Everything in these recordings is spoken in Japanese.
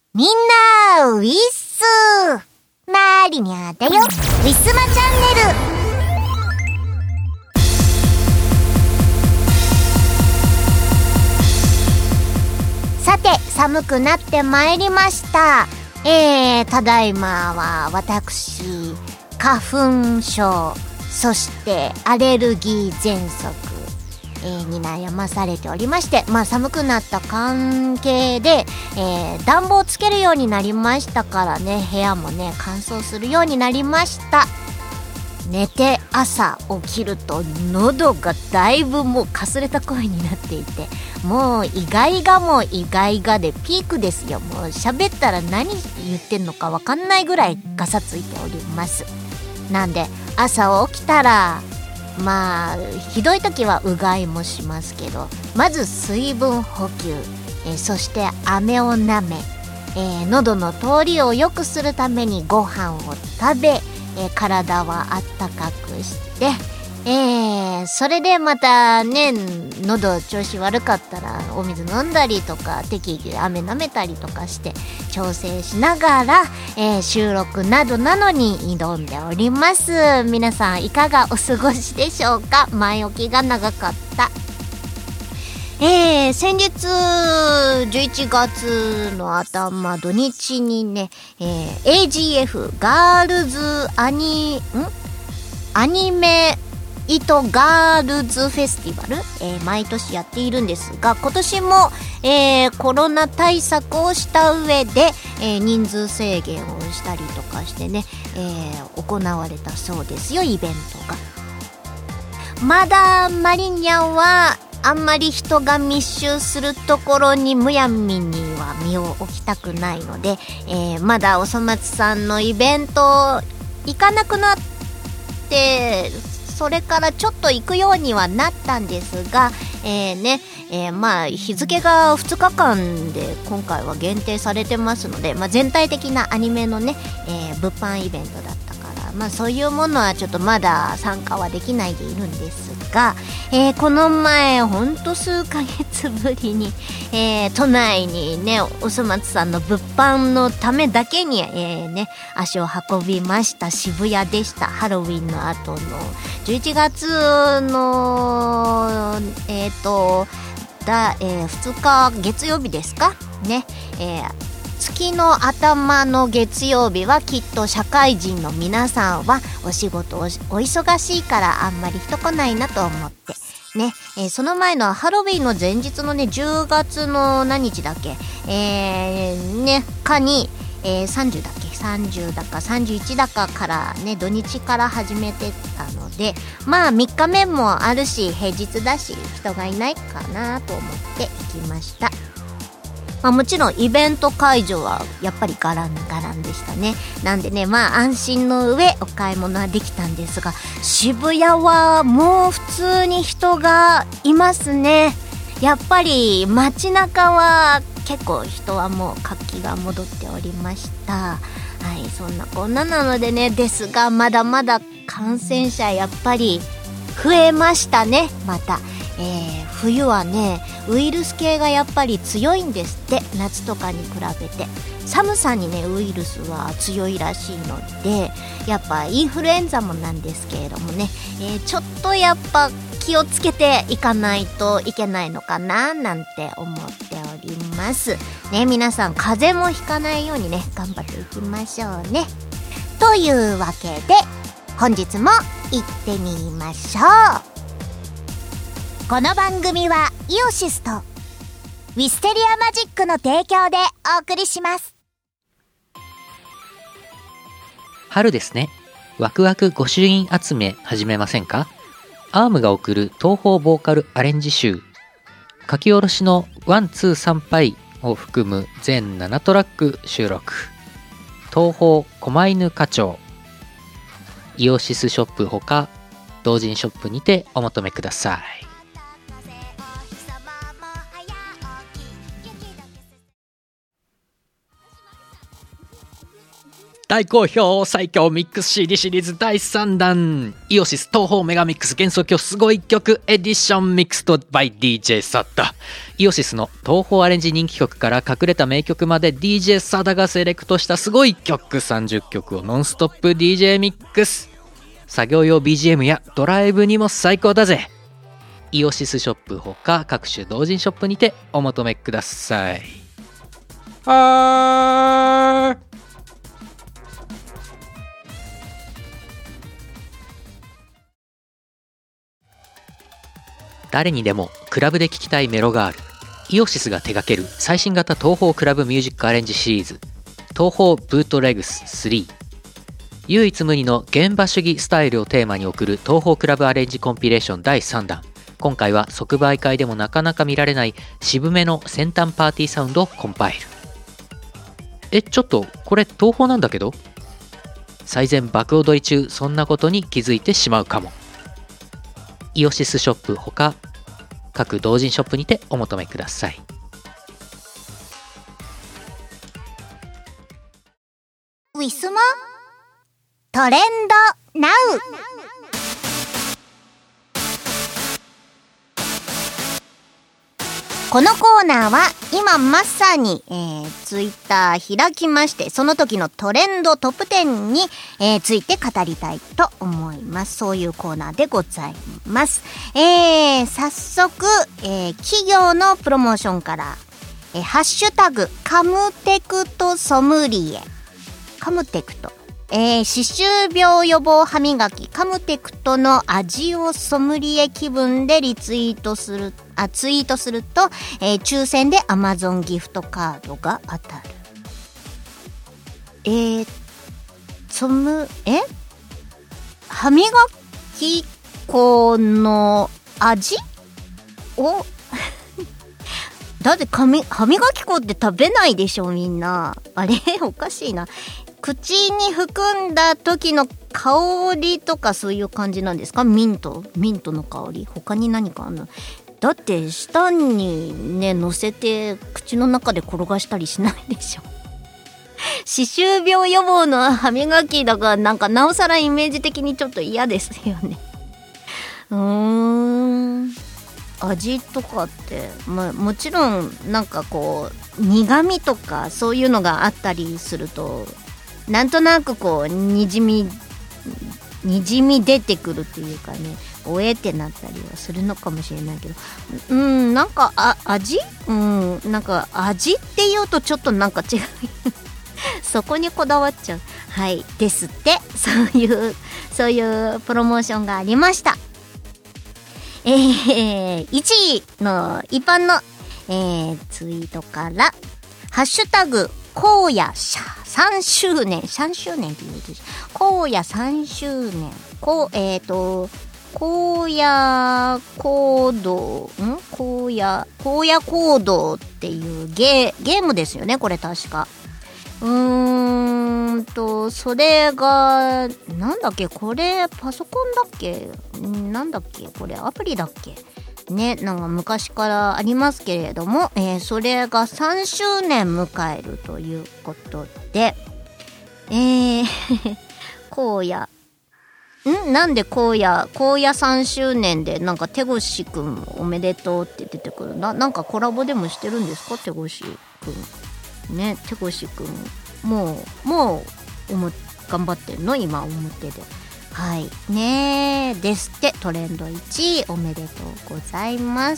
みんなウィッスマリニャだよ。ウィスマチャンネル。さて、寒くなってまいりました。ただいまは私、花粉症、そしてアレルギー喘息、に悩まされておりまして、寒くなった関係で、暖房つけるようになりましたからね、部屋もね乾燥するようになりました。寝て朝起きると喉がだいぶもうかすれた声になっていて、もう意外がでピークですよ。もう喋ったら何言ってんのかわかんないぐらいガサついております。なんで朝起きたらひどい時はうがいもしますけど、まず水分補給、そして飴を舐め、喉の通りを良くするためにご飯を食べ、体はあったかくして、それでまたね、喉調子悪かったらお水飲んだりとか、適宜飴舐めたりとかして調整しながら、収録などなのに挑んでおります。皆さんいかがお過ごしでしょうか。前置きが長かった。先日11月の頭土日にね、AGF ガールズアニメイトガールズフェスティバル、毎年やっているんですが、今年も、コロナ対策をした上で、人数制限をしたりとかしてね、行われたそうですよ、イベントが。まだマリニャンはあんまり人が密集するところにむやみには身を置きたくないので、まだおそ松さんのイベント行かなくなって、それからちょっと行くようにはなったんですが、日付が2日間で今回は限定されてますので、全体的なアニメのね、物販イベントだったから、そういうものはちょっとまだ参加はできないでいるんですが、この前ほんと数ヶ月ぶりに、都内にね、おそ松さんの物販のためだけに、足を運びました。渋谷でした。ハロウィンの後の11月の2日月曜日ですかね、月の頭の月曜日はきっと社会人の皆さんはお仕事お忙しいからあんまり人来ないなと思ってね、その前のハロウィンの前日のね、10月の何日だっけ、30だっけ、30だか31だかからね、土日から始めてたので、3日目もあるし平日だし人がいないかなと思って行きました。もちろんイベント会場はやっぱりガランでしたね。なんでね、安心の上お買い物はできたんですが、渋谷はもう普通に人がいますね。やっぱり街中は結構人はもう活気が戻っておりました。はい、そんなこんななのでね、ですがまだまだ感染者やっぱり増えましたね。また冬はね、ウイルス系がやっぱり強いんですって。夏とかに比べて寒さにね、ウイルスは強いらしいので、やっぱインフルエンザもなんですけれどもね、ちょっとやっぱ気をつけていかないといけないのかななんて思っておりますね。皆さん風邪もひかないようにね、頑張っていきましょうね。というわけで本日も行ってみましょう。この番組はイオシスとウィステリアマジックの提供でお送りします。 春ですね。ワクワク御朱印集め始めませんか？アームが送る東宝ボーカルアレンジ集、書き下ろしのワンツー参拝を含む全7トラック収録。東宝狛犬課長、イオシスショップほか同人ショップにてお求めください。 大好評最強ミックス CD シリーズ第3弾イオシス東宝メガミックス幻想郷すごい曲エディションミックスと by DJ サダ。イオシスの東宝アレンジ人気曲から隠れた名曲まで DJ サダがセレクトしたすごい曲30曲をノンストップ DJ ミックス。作業用 BGM やドライブにも最高だぜ。イオシスショップほか各種同人ショップにてお求めください。はー。誰にでもクラブで聴きたいメロがある。イオシスが手掛ける最新型東宝クラブミュージックアレンジシリーズ東宝ブートレグス3。唯一無二の現場主義スタイルをテーマに送る東宝クラブアレンジコンピレーション第3弾。今回は即売会でもなかなか見られない渋めの先端パーティーサウンドをコンパイル。ちょっとこれ東宝なんだけど。最前爆踊り中そんなことに気づいてしまうかも。イオシスショップほか各同人ショップにてお求めください。 ウィスマトレンドナウ。このコーナーは今まさに、ツイッター開きまして、その時のトレンドトップ10に、ついて語りたいと思います。そういうコーナーでございます。早速、企業のプロモーションから、ハッシュタグカムテクトソムリエ、カムテクト、歯周病予防歯磨きカムテクトの味をソムリエ気分でツイートすると、抽選で Amazon ギフトカードが当たる。歯磨き粉の味をだって歯磨き粉って食べないでしょみんな。あれおかしいな。口に含んだ時の香りとかそういう感じなんですか？ミントの香り。他に何かあるの？だって舌にね乗せて口の中で転がしたりしないでしょ。歯周病予防の歯磨きだからなんかなおさらイメージ的にちょっと嫌ですよね。味とかってもちろんなんかこう苦味とかそういうのがあったりするとなんとなくこうにじみ出てくるっていうかね、おえってなったりはするのかもしれないけど、なんか味なんか味っていうとちょっとなんか違うそこにこだわっちゃう。はいですって。そういうプロモーションがありました。1位の一般の、ツイートからハッシュタグ荒野3周年3周年って言うと荒野3周年荒野行動荒野行動っていうゲームですよねこれ確か。それがなんだっけこれパソコンだっけなんだっけこれアプリだっけね、なんか昔からありますけれども、それが3周年迎えるということで、荒野なんで荒野3周年でなんか手越くんおめでとうって出てくるなんかコラボでもしてるんですか手越くんね。手越くんもう頑張ってんの今表で。はいねですって。トレンド1位おめでとうございます。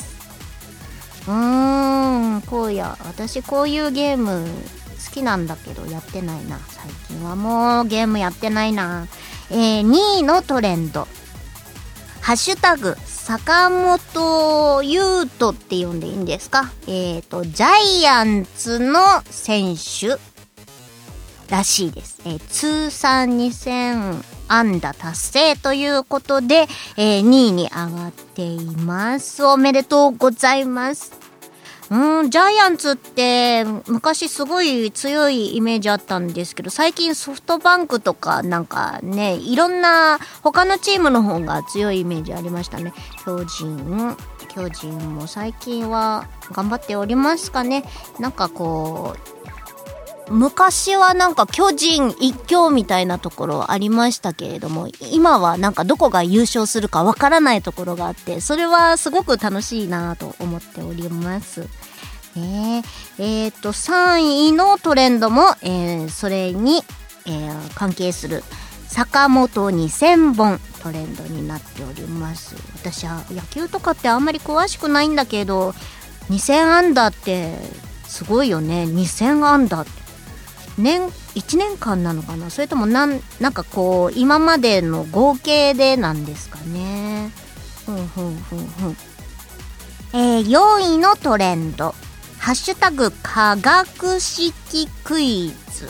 荒野私こういうゲーム好きなんだけどやってないな最近は。もうゲームやってないな。2位のトレンドハッシュタグ坂本優斗って呼んでいいんですか？ジャイアンツの選手らしいです。通算2000安打達成ということで、2位に上がっています。おめでとうございます。ジャイアンツって昔すごい強いイメージあったんですけど最近ソフトバンクとかなんかねいろんな他のチームの方が強いイメージありましたね。巨人も最近は頑張っておりますかね。なんかこう昔はなんか巨人一強みたいなところありましたけれども、今はなんかどこが優勝するかわからないところがあって、それはすごく楽しいなと思っております。3位のトレンドも、それに、関係する坂本2000本トレンドになっております。私は野球とかってあんまり詳しくないんだけど、2000安打ってすごいよね。2000安打って1年間なのかな、それともなんかこう今までの合計でなんですかね。4位のトレンド、ハッシュタグ科学式クイズ。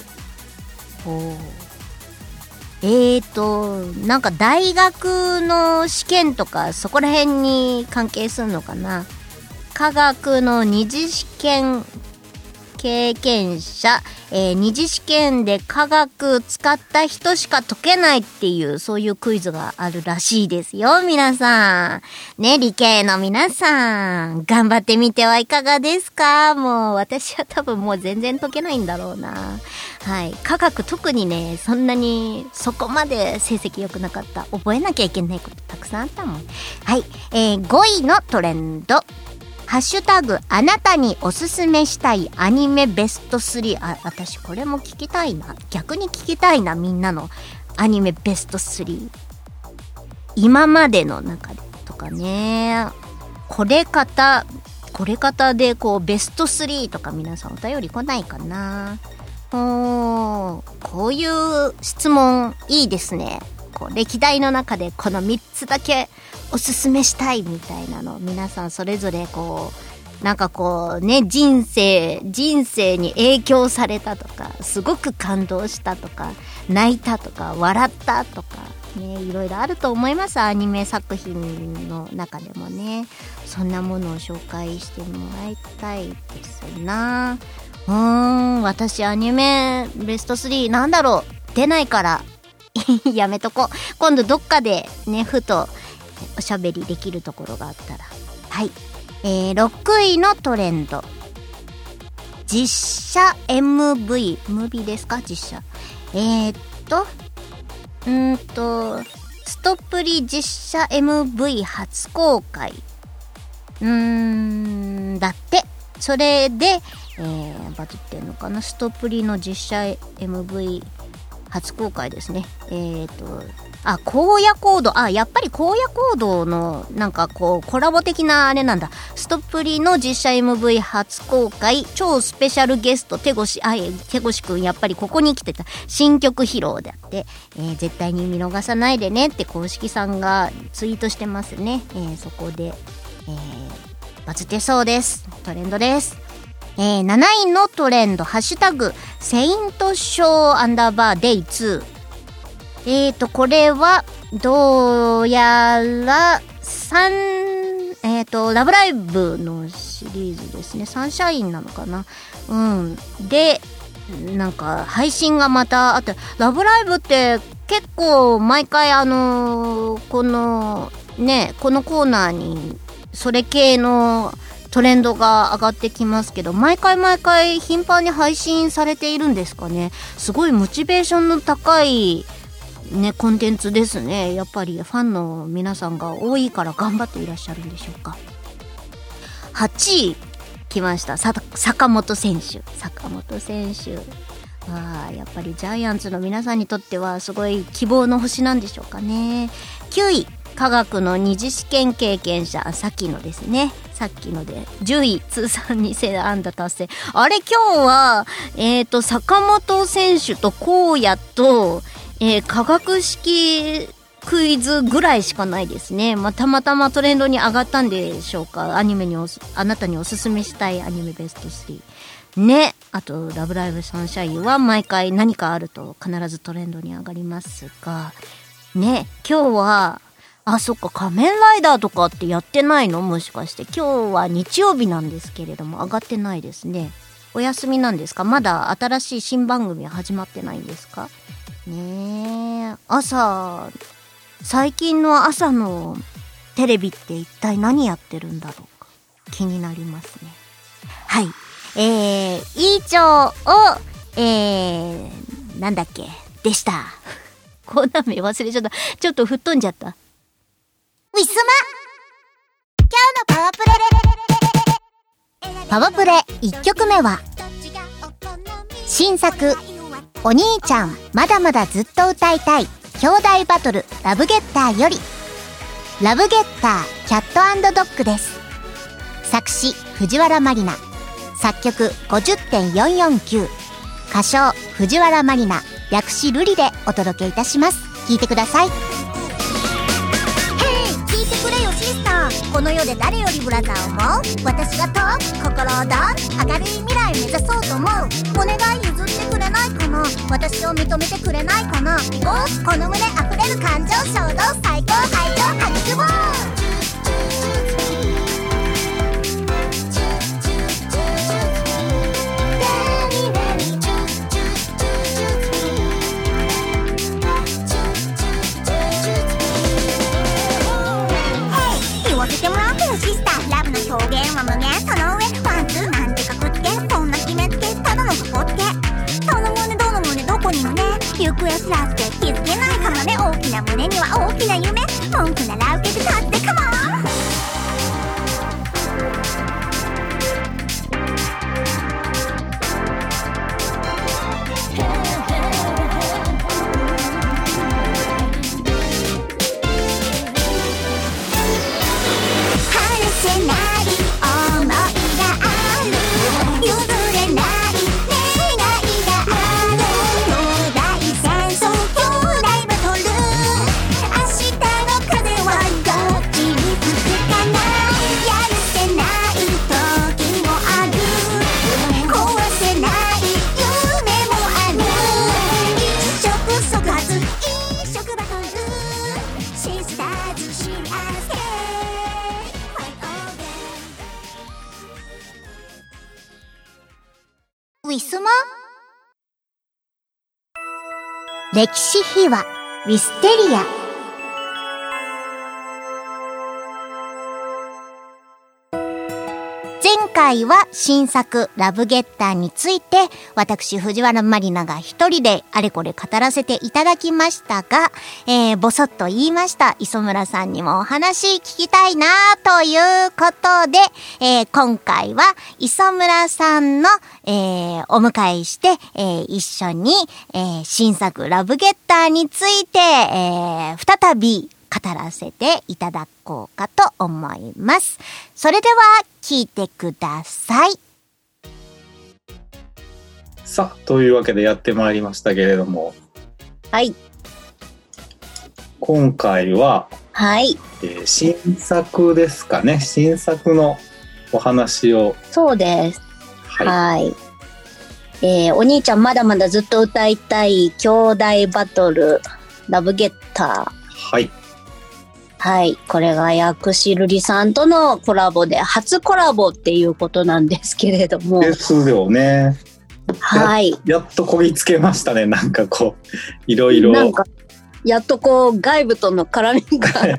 なんか大学の試験とかそこら辺に関係するのかな。科学の二次試験経験者、二次試験で科学使った人しか解けないっていう、そういうクイズがあるらしいですよ、皆さん。ね、理系の皆さん、頑張ってみてはいかがですか？もう、私は多分もう全然解けないんだろうな。はい。科学特にね、そんなに、そこまで成績良くなかった。覚えなきゃいけないことたくさんあったもん。はい。5位のトレンド。ハッシュタグあなたにおすすめしたいアニメベスト3。私これも聞きたいな。逆に聞きたいな、みんなのアニメベスト3。今までの中でとかね。これ方でこうベスト3とか皆さんお便り来ないかな。こういう質問いいですね。こう歴代の中でこの3つだけおすすめしたいみたいなの、皆さんそれぞれこうなんかこうね、人生に影響されたとか、すごく感動したとか、泣いたとか、笑ったとかね、いろいろあると思います。アニメ作品の中でもね、そんなものを紹介してもらいたいですな。私アニメベスト3なんだろう、出ないからやめとこ。今度どっかでね、ふとおしゃべりできるところがあったら。はい。6位のトレンド。実写 MV。ムービーですか？実写。ストプリ実写 MV 初公開。だって。それで、バズってんのかな？ストプリの実写 MV 初公開ですね。荒野行動。やっぱり荒野行動のなんかこうコラボ的なあれなんだ。ストプリの実写 MV 初公開、超スペシャルゲスト手越くん、やっぱりここに来てた新曲披露であって、絶対に見逃さないでねって公式さんがツイートしてますね。そこで、バズってそうです。トレンドです。7位のトレンド、ハッシュタグセイントショー&デイ2。これはどうやらラブライブのシリーズですね。サンシャインなのかな。で、なんか配信がまたあって、ラブライブって結構毎回このコーナーにそれ系のトレンドが上がってきますけど、毎回頻繁に配信されているんですかね。すごいモチベーションの高いね、コンテンツですね。やっぱりファンの皆さんが多いから頑張っていらっしゃるんでしょうか。8位来ました。坂本選手。やっぱりジャイアンツの皆さんにとってはすごい希望の星なんでしょうかね。9位、科学の二次試験経験者。さっきので10位、通算2000安打達成。あれ、今日は坂本選手と荒野と科学式クイズぐらいしかないですね。たまたまトレンドに上がったんでしょうか。あなたにおすすめしたいアニメベスト3ね。あとラブライブサンシャインは毎回何かあると必ずトレンドに上がりますがね。今日はそっか、仮面ライダーとかってやってないの？もしかして今日は日曜日なんですけれども上がってないですね。お休みなんですか？まだ新しい新番組は始まってないんですかね。最近の朝のテレビって一体何やってるんだろうか、気になりますね。はい。以上を、 なんだっけでした。こんな名忘れちゃった。ちょっと吹っ飛んじゃった。ウィスマ今日のパワプレ。パワプレ1曲目は、新作、お兄ちゃんまだまだずっと歌いたい兄弟バトルラブゲッターより、ラブゲッターキャット&ドッグです。作詞藤原まりな、作曲 50.449、歌唱藤原まりな、略しルリでお届けいたします。聴いてください。聞いてくれよシスター、この世で誰よりブラザーを思う、私がと心をど明るい未来目指そうと思う。お願い譲ってくれないかな、私を認めてくれないかな。この胸溢れる感情衝動最高愛情育もう。言わせてもらうけどシスター、ラブの表現は無限、その上ワンツーなんてかくつけ、そんな決めつけただのかこつけ、その胸どの胸どこに胸、行方知らずで気づけないかもね。大きな胸には大きな夢、文句なら受けて立ってカモン。ウィスマ歴史秘話ウィステリア。前回は新作ラブゲッターについて私藤原まりなが一人であれこれ語らせていただきましたが、ぼそっと言いました磯村さんにもお話聞きたいなということで、今回は磯村さんの、お迎えして、一緒に、新作ラブゲッターについて、再び語らせていただこうかと思います。それでは聞いてください。 さあ、というわけでやってまいりましたけれども、 はい。 今回は、 はい。 新作ですかね。新作のお話を。 そうです。 はい。 お兄ちゃんまだまだずっと歌いたい兄弟バトルラブゲッター。 はい。 はい。これが薬師瑠璃さんとのコラボで、初コラボっていうことなんですけれども。 ですよね。 はい。 やっとこぎつけましたね。なんかこう、いろいろ。 なんか、やっとこう、外部との絡みが。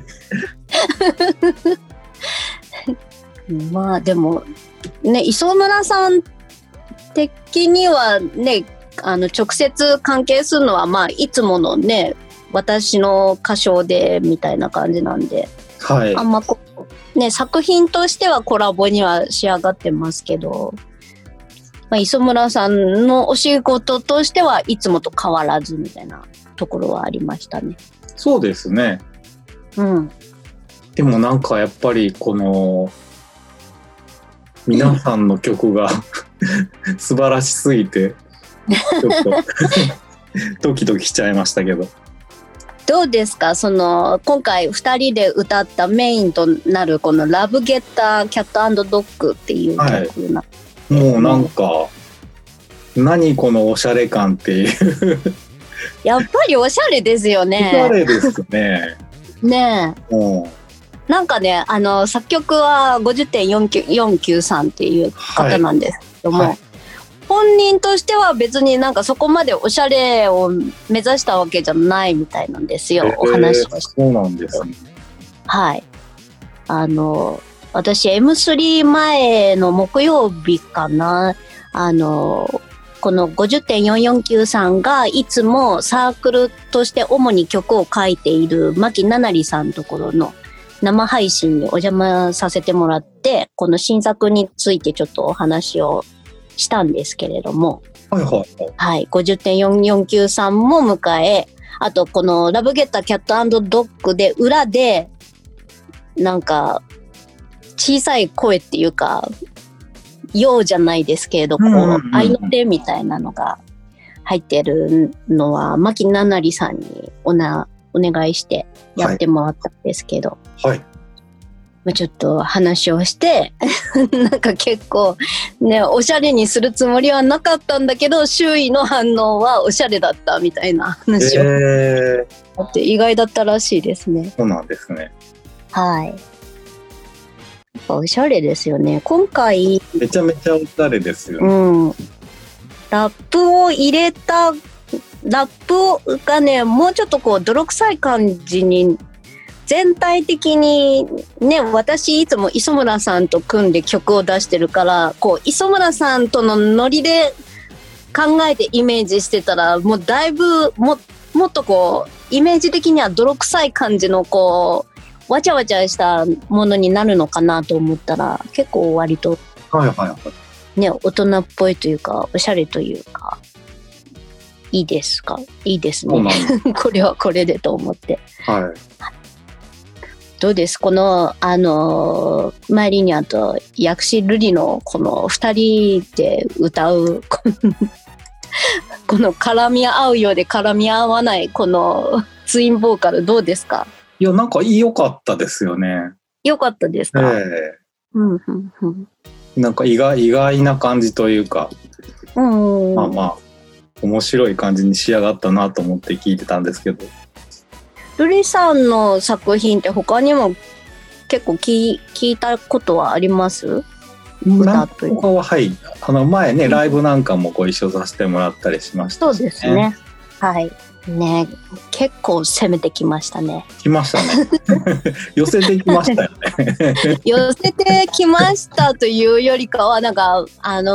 まあでも、ね、磯村さん的にはね、直接関係するのは、まあ、いつものね、私の歌唱でみたいな感じなんで、 はい、 あんまね、作品としてはコラボには仕上がってますけど、まあ、磯村さんのお仕事としてはいつもと変わらずみたいなところはありましたね。 そうですね。 うん。 でもなんかやっぱりこの皆さんの曲が素晴らしすぎてちょっとドキドキしちゃいましたけど。 どうですか、今回2人で歌ったメインとなるこのラブゲッターキャット&ドッグっていう曲な、 はい、もうなんか何このおしゃれ感っていうやっぱりおしゃれですよね。 おしゃれですね。 ねえ。なんかね、作曲は 50.493 さんっていう方なんですけども、はいはい、本人としては別になんかそこまでおしゃれを目指したわけじゃないみたいなんですよ、お話をして。 そうなんですね。 はい。私 M3 前の木曜日かな、 この50.449さんがいつもサークルとして主に曲を書いている牧七里さんのところの生配信にお邪魔させてもらって、この新作についてちょっとお話をしたんですけれども、 はいはいはい。 はい、50.449さんも迎え、あとこのラブゲッターキャット&ドッグで裏で、なんか小さい声っていうか、ようじゃないですけれど、こう、合いの手みたいなのが入ってるのは、牧七里さんにお願いしてやってもらったんですけど、 はい。 まあ、ちょっと話をして、なんか結構ね、おしゃれにするつもりはなかったんだけど、周囲の反応はおしゃれだったみたいな話を。だって意外だったらしいですね。 そうなんですね。 はい。おしゃれですよね。今回。 めちゃめちゃおしゃれですよね。 うん。ラップを入れた、ラップがね、もうちょっとこう、泥臭い感じに、全体的にね、私いつも磯村さんと組んで曲を出してるから、こう、磯村さんとのノリで考えてイメージしてたら、もうだいぶもっとこう、イメージ的には泥臭い感じのこう、わちゃわちゃしたものになるのかなと思ったら、結構割と、 はいはいはい。 ね、大人っぽいというか、おしゃれというか、いいですか？いいですね。これはこれでと思って。 はい。 どうですこの、マイリニャと薬師瑠璃のこの二人で歌う、この絡み合うようで絡み合わない、このツインボーカルどうですか？ いや、なんか良かったですよね。 良かったですか？うんうんうん。 なんか意外な感じというか、まあまあ、面白い感じに仕上がったなと思って聞いてたんですけど。 瑠璃さんの作品って他にも結構聞いたことはあります？ 他ははい。前ね、ライブなんかもご一緒させてもらったりしましたしね。 そうですね。はい。ね、結構攻めてきましたね。 来ましたね。寄せてきましたよね。 寄せてきましたというよりかは、なんか、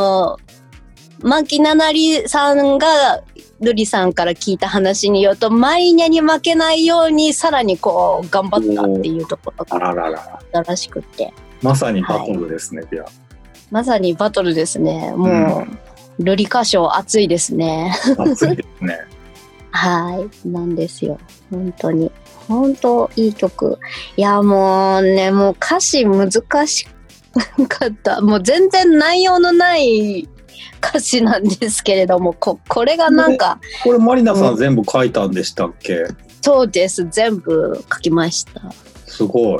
牧七里さんが、瑠璃さんから聞いた話によると、マイニャに負けないように、さらにこう、頑張ったっていうところがあったらしくて。 まさにバトルですね、はい、 まさにバトルですね。もう、瑠璃歌唱熱いですね。 熱いですね。 はい。なんですよ。本当に。本当いい曲。いや、もうね、もう歌詞難しかった。もう全然内容のない歌詞なんですけれども、これがなんか。 これマリナさん全部書いたんでしたっけ？ そうです。全部書きました。すごい。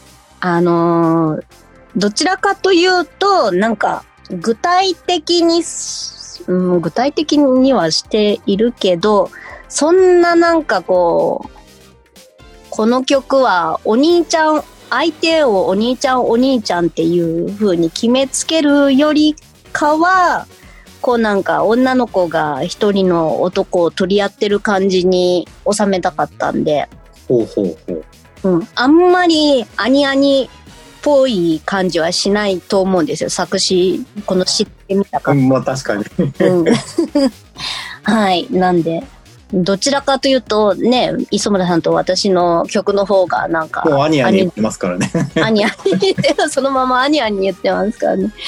どちらかというと、なんか、具体的にはしているけど、そんななんかこう、この曲はお兄ちゃん、相手をお兄ちゃんっていう風に決めつけるよりかは、こうなんか女の子が一人の男を取り合ってる感じに収めたかったんで、あんまりアニアニっぽい感じはしないと思うんですよ。作詞、この知ってみたから。 まあ確かに。 はい。なんで、どちらかというとね、磯村さんと私の曲の方がなんか。 もうアニアニ言ってますからね。 アニアニ言ってます。そのままアニアニ言ってますからね。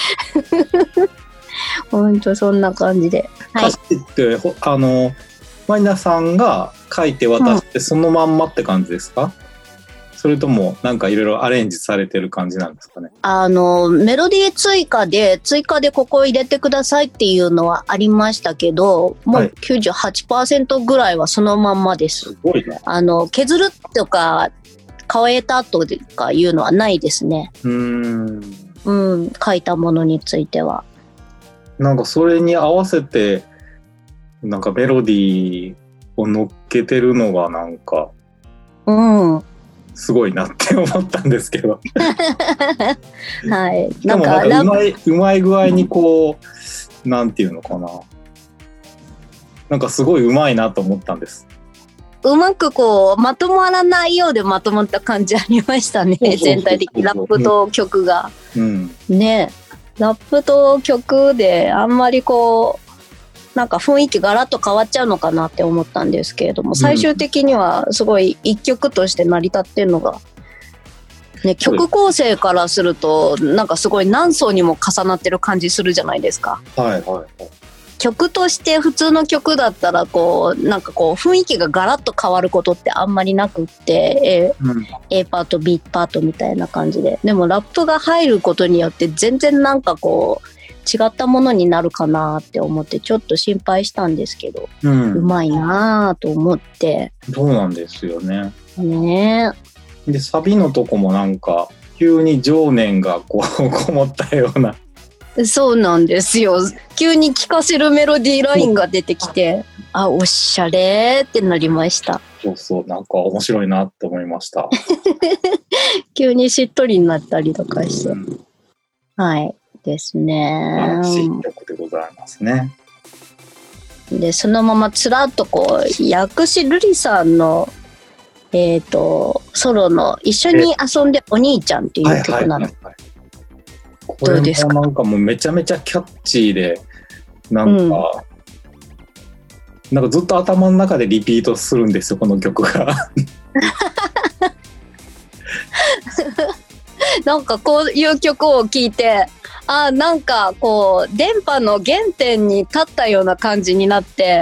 ほんとそんな感じで。 はい。歌詞ってマリナさんが書いて渡してそのまんまって感じですか？それともなんかいろいろアレンジされてる感じなんですかね？ メロディー追加でここ入れてくださいっていうのはありましたけど、もう 98% ぐらいはそのまんまです。 すごいね。 削るとか変えたとかいうのはないですね。書いたものについては。 なんかそれに合わせてなんかメロディーを乗っけてるのがなんか。すごいなって思ったんですけど。 はい。 しかもなんかうまい具合にこう、なんていうのかな。なんかすごいうまいなと思ったんです。 うまくこう、まとまらないようでまとまった感じありましたね。全体的にラップと曲が。ね。ラップと曲であんまりこなんか雰囲気ガラッと変わっちゃうのかなって思ったんですけれども、最終的にはすごい一曲として成り立ってるのが、ね、曲構成からするとなんかすごい何層にも重なってる感じするじゃないですか。 はいはいはい。 曲として普通の曲だったらこうなんかこう雰囲気がガラッと変わることってあんまりなくって、A パート B パートみたいな感じで、でもラップが入ることによって全然なんかこう違ったものになるかなって思ってちょっと心配したんですけど、うまいなと思って。 そうなんですよね。 ねえ。でサビのとこもなんか急に情念がこうこもったような。 そうなんですよ。急に聴かせるメロディーラインが出てきて、あ、おしゃれってなりました。 そうそう、なんか面白いなって思いました。 急にしっとりになったりとかして、はいですね。 新曲でございますね。 でそのままつらっとこう薬師瑠璃さんのソロの「一緒に遊んでお兄ちゃん」っていう曲なの。どうですか？ なんかもうめちゃめちゃキャッチーでなんか、なんかずっと頭の中でリピートするんですよこの曲が。 なんかこういう曲を聴いて、あ、なんかこう電波の原点に立ったような感じになって、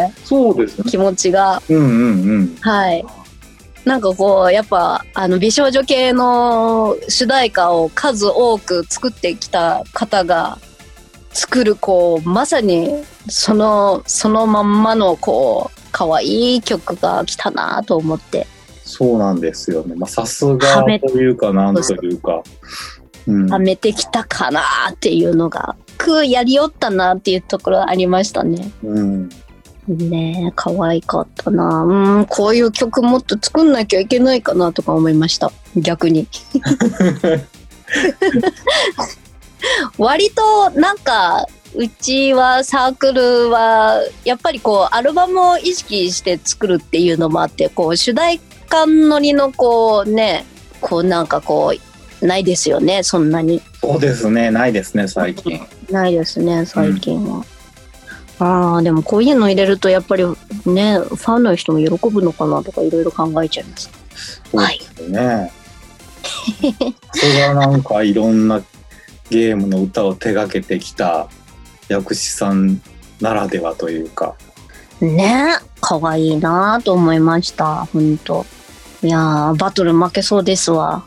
そうですね、 気持ちが、はい、なんかこうやっぱ美少女系の主題歌を数多く作ってきた方が作るこうまさにそのまんまのこう可愛い曲が来たなと思って。 そうなんですよね。まあさすがというかなんというか、 はめてきたかなっていうのがやりよったなっていうところありましたね。ねえ、可愛かったな。こういう曲もっと作んなきゃいけないかなとか思いました。逆に。割となんかうちはサークルはやっぱりこうアルバムを意識して作るっていうのもあって、こう主題歌乗りのこうね、こうなんかこうないですよね、そんなに。 そうですね、ないですね最近。 ないですね最近は。でもこういうの入れるとやっぱりね、ファンの人も喜ぶのかなとかいろいろ考えちゃいます。 そうですね。それがなんかいろんなゲームの歌を手掛けてきた薬師さんならではというかね、可愛いなと思いました。本当。いやー、バトル負けそうですわ。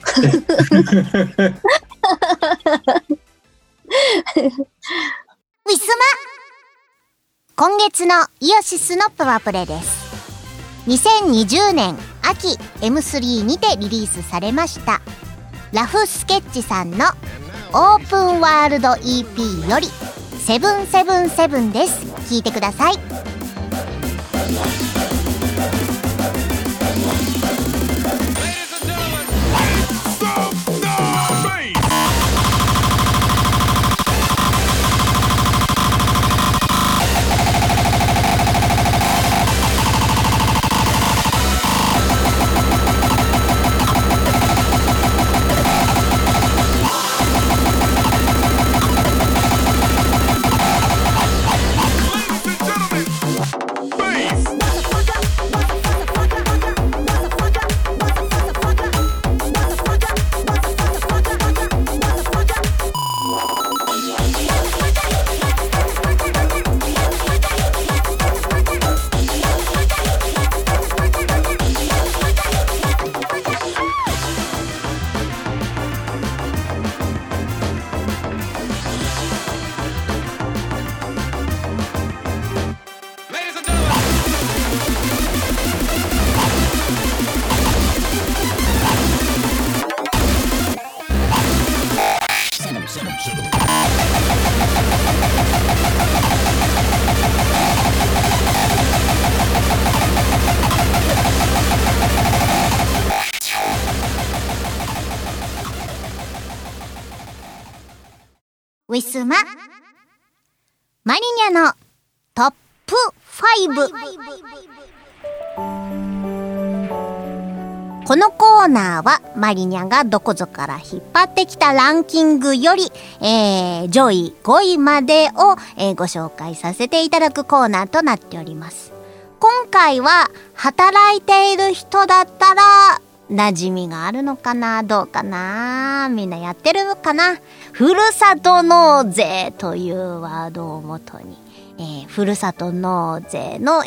ウィスマ、今月のイオシスのパワープレイです。2020年秋 M3 にてリリースされましたラフスケッチさんのオープンワールド EP より777です。聴いてください。ウィスママリニャのトップ5。 このコーナーはマリニャがどこぞから引っ張ってきたランキングより、上位5位までを、ご紹介させていただくコーナーとなっております。今回は働いている人だったら馴染みがあるのかな、どうかな、みんなやってるのかな。ふるさと納税というワードをもとに、ふるさと納税の、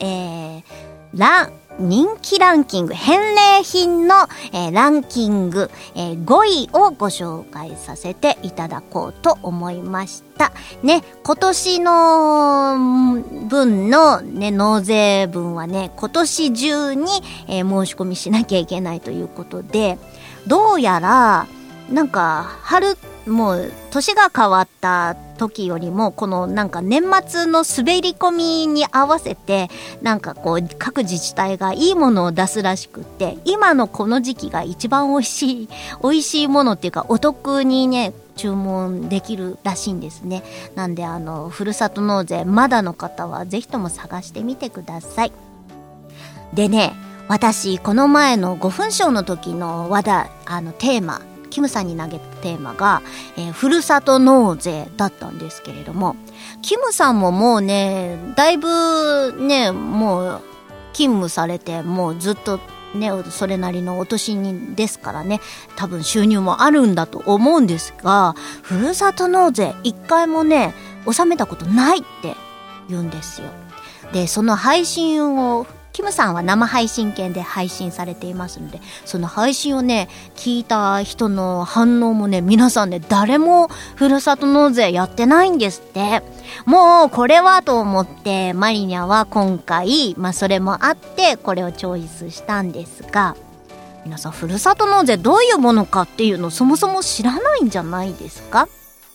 人気ランキング、返礼品の、ランキング、5位をご紹介させていただこうと思いました。ね、今年の分の、ね、納税分はね、今年中に、申し込みしなきゃいけないということで、どうやらなんかもう年が変わった時よりもこのなんか年末の滑り込みに合わせてなんかこう各自治体がいいものを出すらしくって、今のこの時期が一番美味しいものっていうかお得にね注文できるらしいんですね。なんでふるさと納税まだの方はぜひとも探してみてください。でね、私この前の5分ショーの時のテーマ、キムさんに投げたテーマが、ふるさと納税だったんですけれども、キムさんももうねだいぶねもう勤務されてもうずっとねそれなりのお年にですからね、多分収入もあるんだと思うんですが、ふるさと納税一回もね納めたことないって言うんですよ。でその配信をキムさんは生配信権で配信されていますので、その配信をね聞いた人の反応もね、皆さんね誰もふるさと納税やってないんですって。もうこれはと思ってマリニャは今回それもあってこれをチョイスしたんですが、皆さんふるさと納税どういうものかっていうのをそもそも知らないんじゃないですか。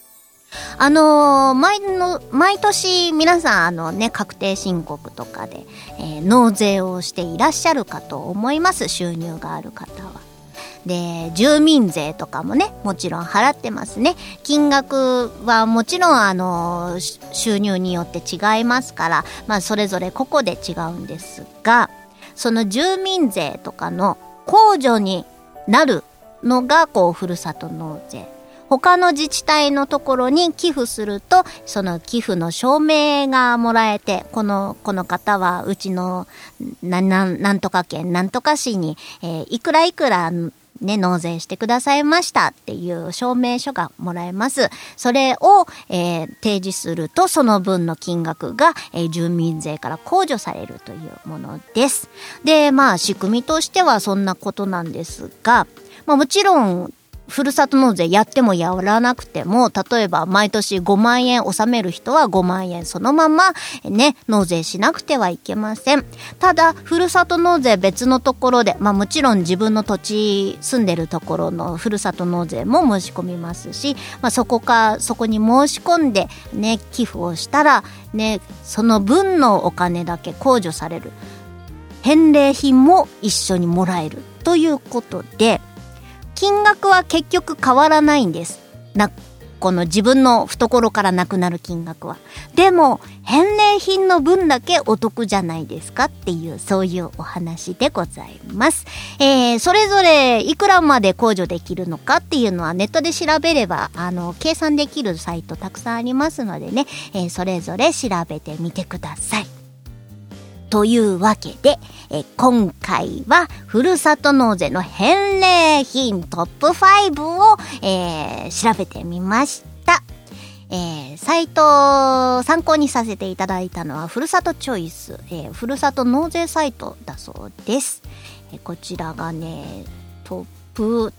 毎年皆さん確定申告とかで、納税をしていらっしゃるかと思います。収入がある方は。で住民税とかもねもちろん払ってますね。金額はもちろん収入によって違いますから、それぞれ個々で違うんですが、その住民税とかの控除になるのがふるさと納税。他の自治体のところに寄付すると、その寄付の証明がもらえて、この方はうちのなんとか県なんとか市に、いくらね納税してくださいましたっていう証明書がもらえます。それを、提示するとその分の金額が、住民税から控除されるというものです。で仕組みとしてはそんなことなんですが、もちろんふるさと納税やってもやらなくても、例えば毎年5万円納める人は5万円そのままね納税しなくてはいけません。ただふるさと納税別のところで、もちろん自分の土地住んでるところのふるさと納税も申し込みますし、そこに申し込んでね寄付をしたらねその分のお金だけ控除される。返礼品も一緒にもらえるということで、金額は結局変わらないんです。この自分の懐からなくなる金額は。でも返礼品の分だけお得じゃないですかっていう、そういうお話でございます。それぞれいくらまで控除できるのかっていうのはネットで調べれば計算できるサイトたくさんありますのでね、それぞれ調べてみてください。というわけで、今回はふるさと納税の返礼品トップ5を、調べてみました。サイト参考にさせていただいたのはふるさとチョイス、ふるさと納税サイトだそうです。こちらがねトップ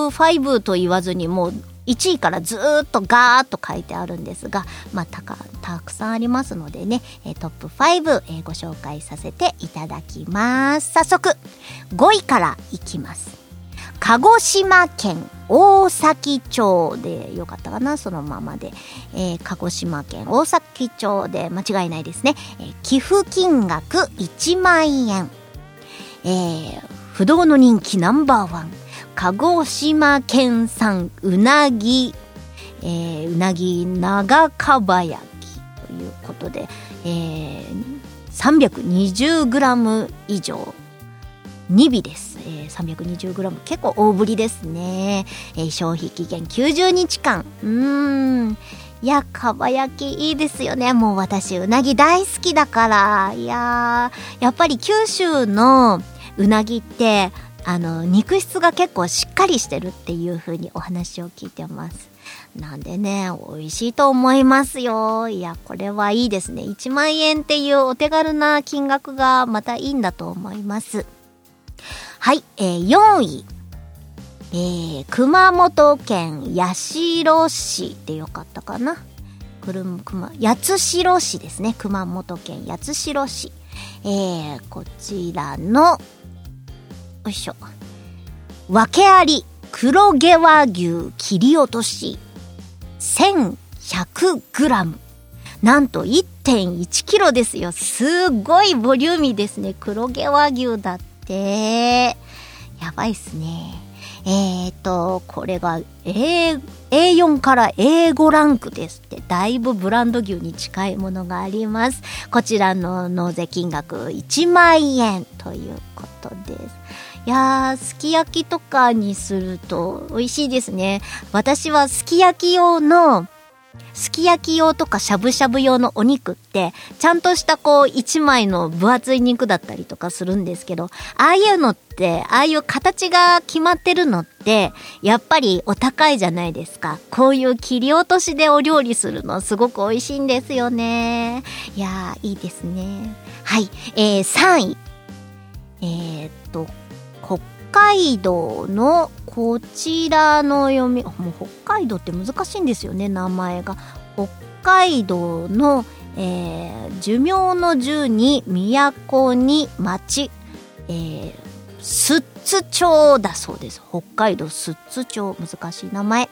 5と言わずにもう1位からずーっとガーッと書いてあるんですが、たくさんありますのでね、トップ5、ご紹介させていただきます。早速5位からいきます。鹿児島県大崎町でよかったかな、そのままで、鹿児島県大崎町で間違いないですね。寄付金額1万円、不動の人気ナンバーワン鹿児島県産うなぎ長かば焼きということで、320g 以上2尾です。 320g、結構大ぶりですね。消費期限90日間。いや、かば焼きいいですよね。もう私うなぎ大好きだから。いやー、やっぱり九州のうなぎって肉質が結構しっかりしてるっていう風にお話を聞いてます。なんでね、美味しいと思いますよ。いや、これはいいですね。1万円っていうお手軽な金額がまたいいんだと思います。はい、4位。熊本県八代市でよかったかな。八代市ですね。熊本県八代市。こちらの、よいしょ。訳あり黒毛和牛切り落とし 1100g。なんと 1.1 キロですよ。すごいボリューミーですね。黒毛和牛だって。やばいっすね。これが A4 から A5 ランクですって。だいぶブランド牛に近いものがあります。こちらの納税金額1万円ということです。いやー、すき焼きとかにすると美味しいですね。私はすき焼き用とかしゃぶしゃぶ用のお肉ってちゃんとした1枚の分厚い肉だったりとかするんですけど、ああいうのってああいう形が決まってるのってやっぱりお高いじゃないですか。こういう切り落としでお料理するのすごく美味しいんですよね。いやー、いいですね。はい、3位北海道のこちらの読み、もう北海道って難しいんですよね、名前が。北海道の、寿命の寿に都に町、寿都町だそうです。北海道寿都町、難しい名前。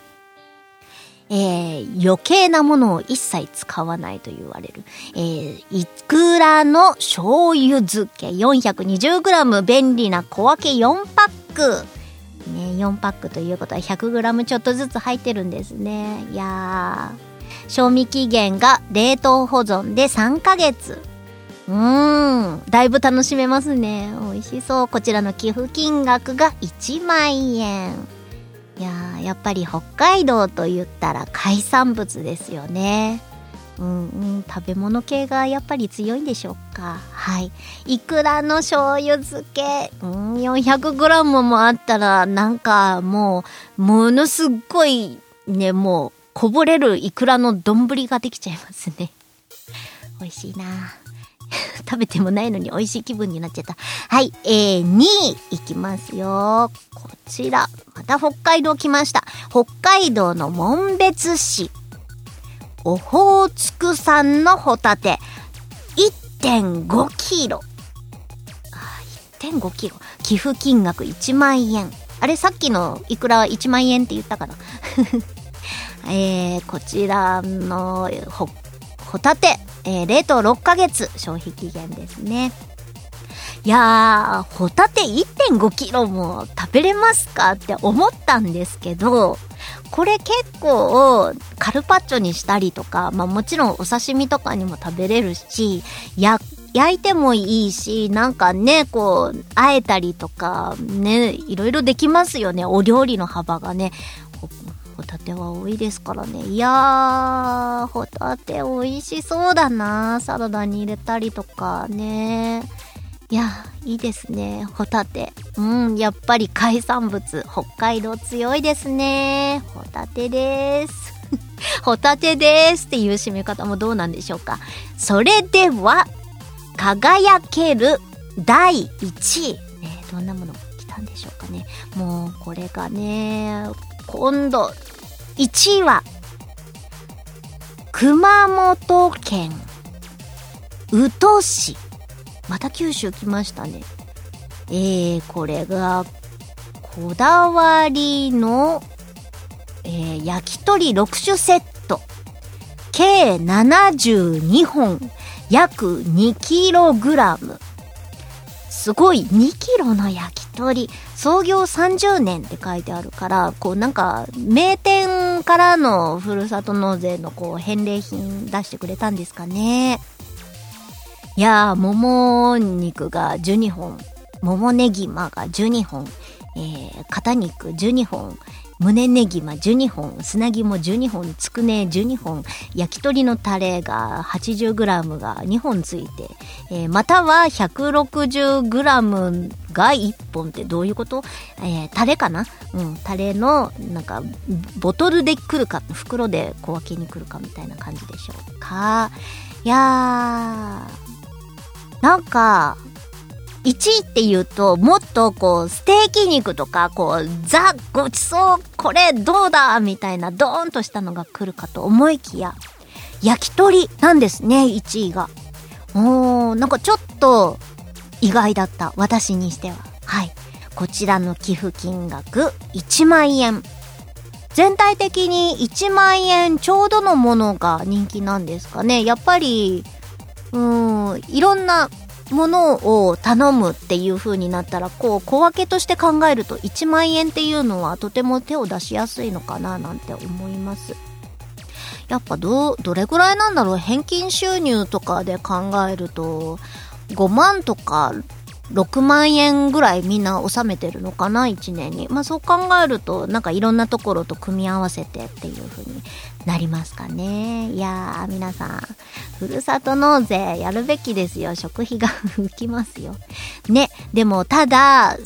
余計なものを一切使わないと言われる、いくらの醤油漬け 420g、 便利な小分け4パック、ね、4パックということは 100g ちょっとずつ入ってるんですね。いやー、賞味期限が冷凍保存で3ヶ月。だいぶ楽しめますね。美味しそう。こちらの寄付金額が1万円。いやー、やっぱり北海道と言ったら海産物ですよね。食べ物系がやっぱり強いんでしょうか。はい。いくらの醤油漬け、400g もあったらなんかもうものすっごいね、もうこぼれるいくらの丼ができちゃいますね。美味しいな。食べてもないのに美味しい気分になっちゃった。はい、2位いきますよ。こちらまた北海道来ました。北海道の紋別市、オホーツク産のホタテ 1.5 キロ。1.5 キロ。寄付金額1万円。あれ、さっきのイクラは1万円って言ったかな。こちらのホタテ、冷凍6ヶ月消費期限ですね。いやー、ホタテ 1.5 キロも食べれますかって思ったんですけど、これ結構カルパッチョにしたりとか、もちろんお刺身とかにも食べれるし、焼いてもいいし、なんかね、和えたりとかね、いろいろできますよね。お料理の幅がね。ホタテは多いですからね。いやー、ホタテ美味しそうだな。サラダに入れたりとかね。いや、いいですね、ホタテ。やっぱり海産物、北海道強いですね。ホタテです。ホタテですっていう締め方もどうなんでしょうか。それでは、輝ける第1位。ね、どんなもの来たんでしょうかね。もう、これがね、今度、1位は、熊本県、宇土市。また九州来ましたね。これが、こだわりの、焼き鳥6種セット。計72本。約 2kg。すごい、2キロの焼き鳥。創業30年って書いてあるから、なんか、名店からのふるさと納税の返礼品出してくれたんですかね。いやー、もも肉が12本。 ももねぎまが12本、肩肉12本、胸ねぎま12本、砂肝12本、つくね12本、焼き鳥のタレが 80g が2本ついて、または 160g が1本ってどういうこと？タレかな？タレのなんかボトルで来るか袋で小分けに来るかみたいな感じでしょうか。いやー、なんか1位って言うともっとこうステーキ肉とかこうザごちそうこれどうだみたいなドーンとしたのが来るかと思いきや焼き鳥なんですね、1位が。なんかちょっと意外だった、私にしては。はい、こちらの寄付金額1万円、全体的に1万円ちょうどのものが人気なんですかね。やっぱりいろんなものを頼むっていう風になったらこう小分けとして考えると1万円っていうのはとても手を出しやすいのかななんて思います。やっぱどれぐらいなんだろう、返金収入とかで考えると5万とか6万円ぐらいみんな納めてるのかな、1年に。そう考えるとなんかいろんなところと組み合わせてっていう風になりますかね。いやー、皆さんふるさと納税やるべきですよ。食費が浮きますよね。でもただ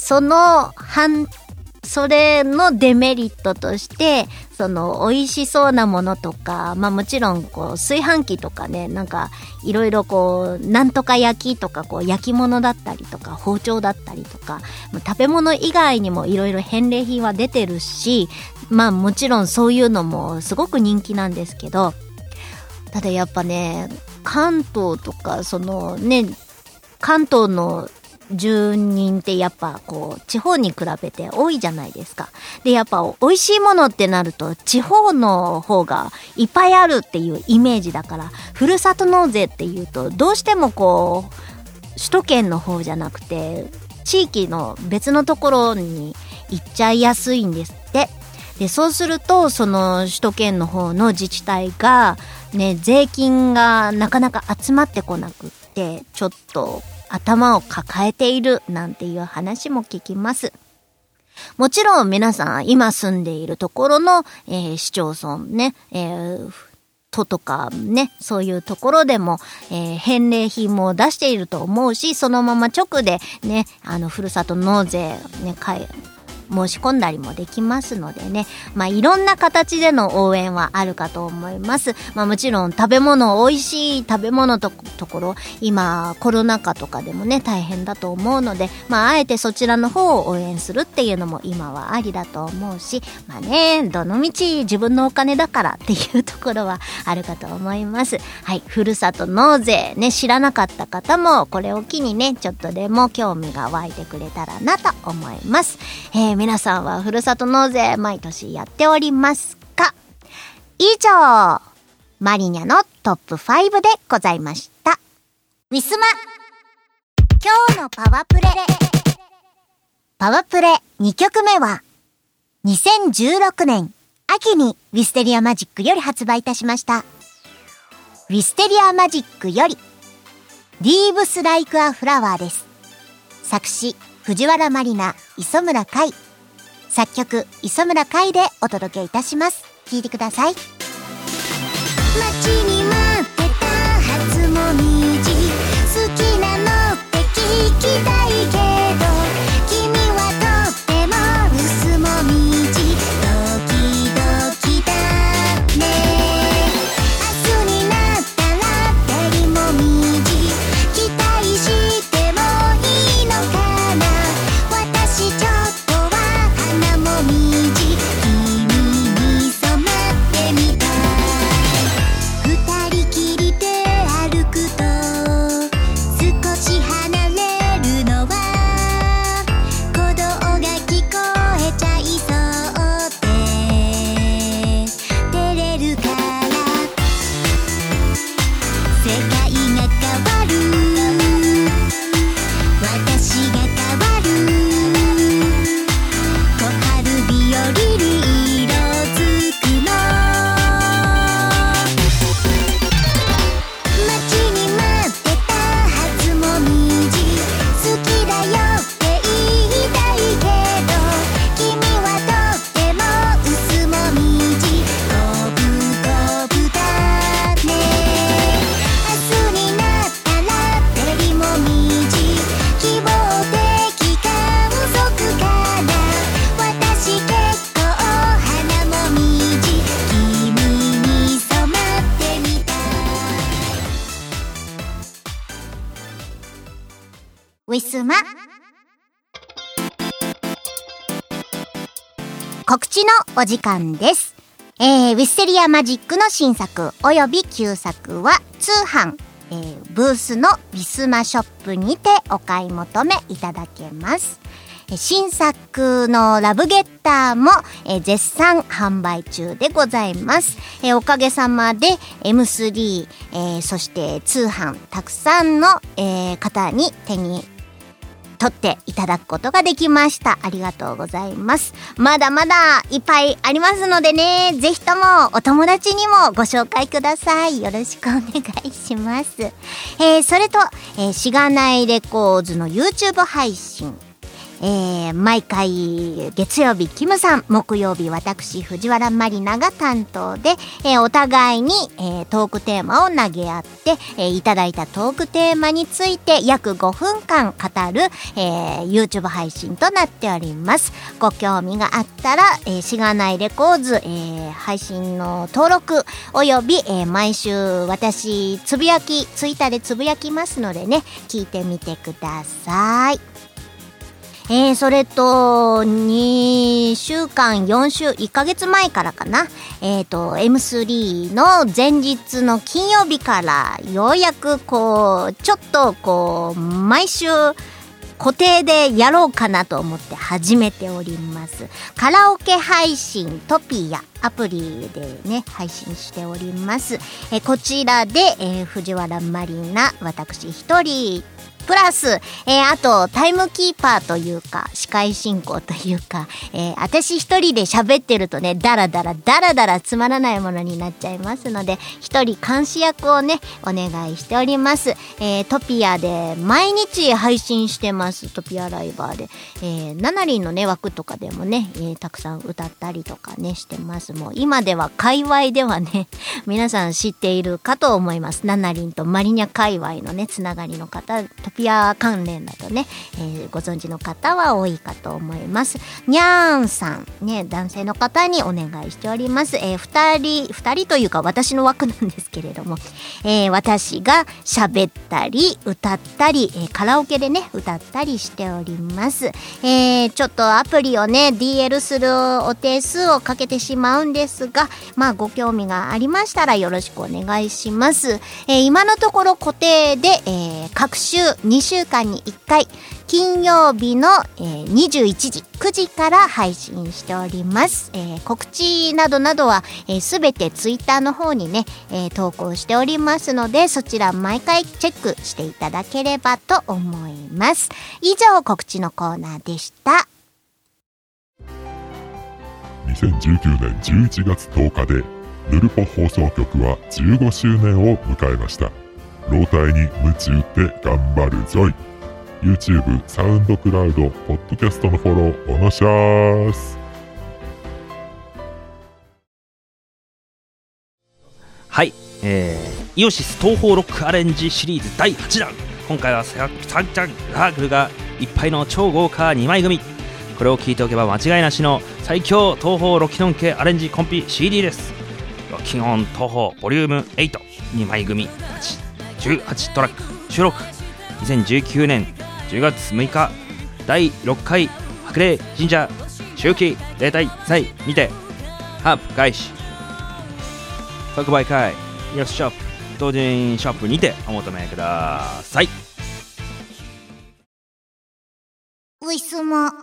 それのデメリットとしてその美味しそうなものとか、もちろんこう炊飯器とかね、なんかいろいろこうなんとか焼きとかこう焼き物だったりとか包丁だったりとか、食べ物以外にもいろいろ返礼品は出てるし、もちろんそういうのもすごく人気なんですけど、ただやっぱね、関東とかそのね、関東の住人ってやっぱこう地方に比べて多いじゃないですか。でやっぱ美味しいものってなると地方の方がいっぱいあるっていうイメージだから、ふるさと納税っていうとどうしてもこう首都圏の方じゃなくて地域の別のところに行っちゃいやすいんですって。でそうするとその首都圏の方の自治体がね、税金がなかなか集まってこなくってちょっと頭を抱えているなんていう話も聞きます。もちろん皆さん今住んでいるところの、市町村ね、都とかね、そういうところでも、返礼品も出していると思うし、そのまま直でね、ふるさと納税ね、申し込んだりもできますのでね、いろんな形での応援はあるかと思います。もちろん食べ物、美味しい食べ物ところ、今コロナ禍とかでもね大変だと思うので、あえてそちらの方を応援するっていうのも今はありだと思うし、どのみち自分のお金だからっていうところはあるかと思います。はい、ふるさと納税ね、知らなかった方もこれを機にね、ちょっとでも興味が湧いてくれたらなと思います。皆さんはふるさと納税毎年やっておりますか？以上、マリニャのトップ5でございました。ウィスマ今日のパワプレ2曲目は2016年秋にウィステリアマジックより発売いたしましたウィステリアマジックより Leaves Like a Flower です。作詞藤原まりな、磯村海、作曲磯村海でお届けいたします。聴いてください。待ちに待ってた初もみじ、好きなのって聞きたいけど、君はとっても薄もみじ、ドキドキだね。明日になったら照りもみじ、期待してもいいのかな。私ちょっとは花もみじ、君に染まってみたい。二人きりで歩くとウィスマ告知のお時間です。ウィッセリアマジックの新作および旧作は通販、ブースのウィスマショップにてお買い求めいただけます。新作のラブゲッターも、絶賛販売中でございます。おかげさまで M3、そして通販たくさんの、方に手に取っていただくことができました。ありがとうございます。まだまだいっぱいありますのでね、ぜひともお友達にもご紹介ください。よろしくお願いします。それと、しがないレコーズの YouTube 配信、毎回月曜日キムさん、木曜日私藤原マリナが担当で、お互いに、トークテーマを投げ合って、いただいたトークテーマについて約5分間語る、YouTube 配信となっております。ご興味があったら、しがないレコーズ、配信の登録および、毎週私ツイッターでつぶやきますのでね、聞いてみてください。それと、2週間、4週、1ヶ月前からかな。M3 の前日の金曜日から、ようやくちょっと毎週、固定でやろうかなと思って始めております。カラオケ配信トピアアプリでね配信しております。こちらで、藤原マリナ私一人プラス、あとタイムキーパーというか司会進行というか、私一人で喋ってるとねダラダラつまらないものになっちゃいますので、一人監視役をねお願いしております。トピアで毎日配信してます。トピアライバーで、ナナリンのね枠とかでもね、たくさん歌ったりとかねしてます。もう今では界隈ではね皆さん知っているかと思います。ナナリンとマリニャ界隈のねつながりの方、トピア関連だとね、ご存知の方は多いかと思います。にゃーんさんね、男性の方にお願いしております。二人というか私の枠なんですけれども、私が喋ったり歌ったり、カラオケでね歌ったりしております。ちょっとアプリをね DL するお手数をかけてしまうんですが、まあご興味がありましたらよろしくお願いします。今のところ固定で、各週2週間に1回金曜日の、21時9時から配信しております。告知などは、すべてツイッターの方にね、投稿しておりますので、そちら毎回チェックしていただければと思います。以上告知のコーナーでした。 2019年11月10日でヌルポ放送局は15周年を迎えました。老体に夢中って頑張るぞい。 YouTube、サウンドクラウド、ポッドキャストのフォローおのしゃーす。 はい、イオシス東方ロックアレンジシリーズ第8弾。今回はサンチャンラークルがいっぱいの超豪華2枚組。これを聞いておけば間違いなしの最強東方ロキノン系アレンジコンピ CD です。ロキノン東方ボリューム8、2枚組18トラック収録。2019年10月6日第6回白麗神社秋季例大祭にてハープ開始。即売会イオシスショップ同人ショップにてお求めください。 ウィスマ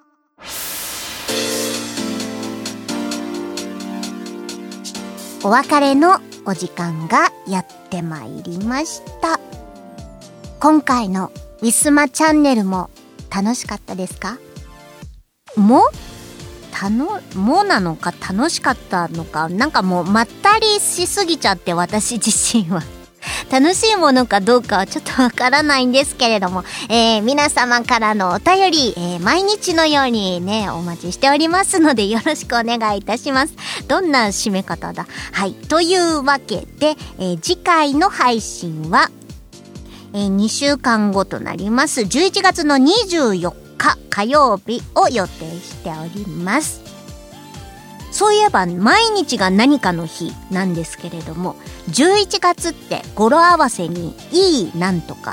お別れのお時間がやってまいりました。今回のウィスマチャンネルも楽しかったですか？もなのか楽しかったのか、なんかもうまったりしすぎちゃって、私自身は楽しいものかどうかはちょっとわからないんですけれども、皆様からのお便り、毎日のようにねお待ちしておりますのでよろしくお願いいたします。どんな締め方だ。はい、というわけで、次回の配信は、2週間後となります11月の24日火曜日を予定しております。そういえば毎日が何かの日なんですけれども、11月って語呂合わせにいいなんとか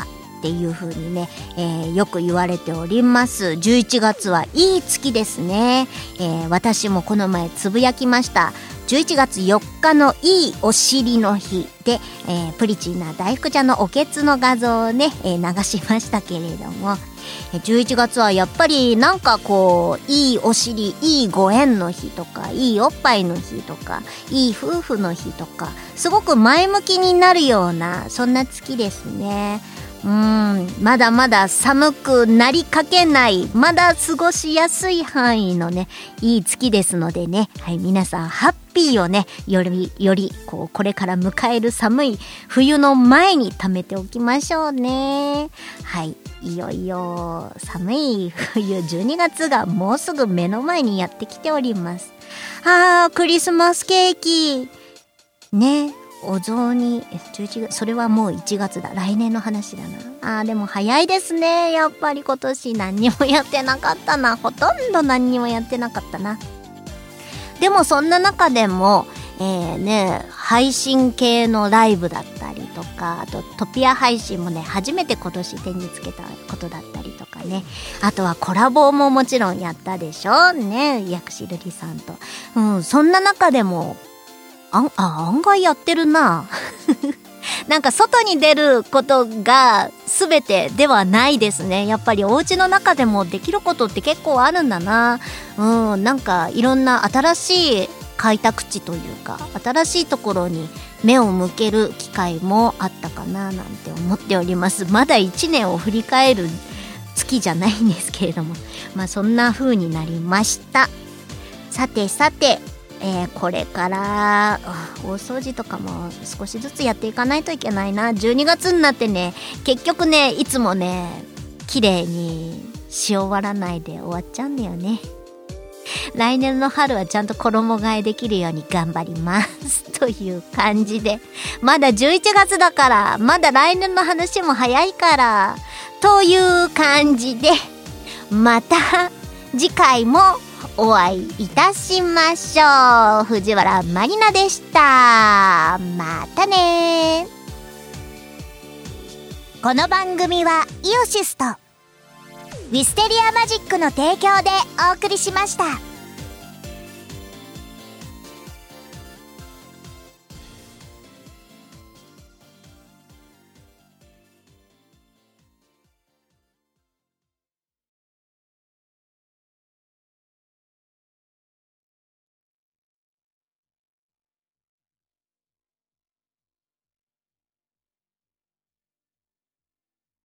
っていう風にね、よく言われております。11月はいい月ですね。私もこの前つぶやきました。11月4日のいいお尻の日で、プリチな大福ちゃんのおけつの画像をね、流しましたけれども、11月はやっぱりなんかこういいお尻、いいご縁の日とか、いいおっぱいの日とか、いい夫婦の日とか、すごく前向きになるようなそんな月ですね。まだまだ寒くなりかけない、まだ過ごしやすい範囲のね、いい月ですのでね、はい、皆さんハッピーをね、よりこれから迎える寒い冬の前に貯めておきましょうね。はい、いよいよ寒い冬12月がもうすぐ目の前にやってきております。クリスマスケーキね、お雑煮11月、それはもう1月だ。来年の話だな。でも早いですね。やっぱり今年何にもやってなかったな。ほとんど何にもやってなかったな。でもそんな中でも配信系のライブだったりとか、あとトピア配信もね、初めて今年手につけたことだったりとかね、あとはコラボももちろんやったでしょね、薬師瑠璃さんと。そんな中でも案外やってるななんか外に出ることが全てではないですね。やっぱりお家の中でもできることって結構あるんだな。なんかいろんな新しい開拓地というか、新しいところに目を向ける機会もあったかななんて思っております。まだ1年を振り返る月じゃないんですけれども、そんな風になりました。さてこれから大掃除とかも少しずつやっていかないといけないな。12月になってね、結局ね、いつもね、綺麗にし終わらないで終わっちゃうんだよね。来年の春はちゃんと衣替えできるように頑張りますという感じで、まだ11月だから、まだ来年の話も早いからという感じで、また次回もお会いいたしましょう。藤原まりなでした。またね。この番組はイオシスとウィステリアマジックの提供でお送りしました。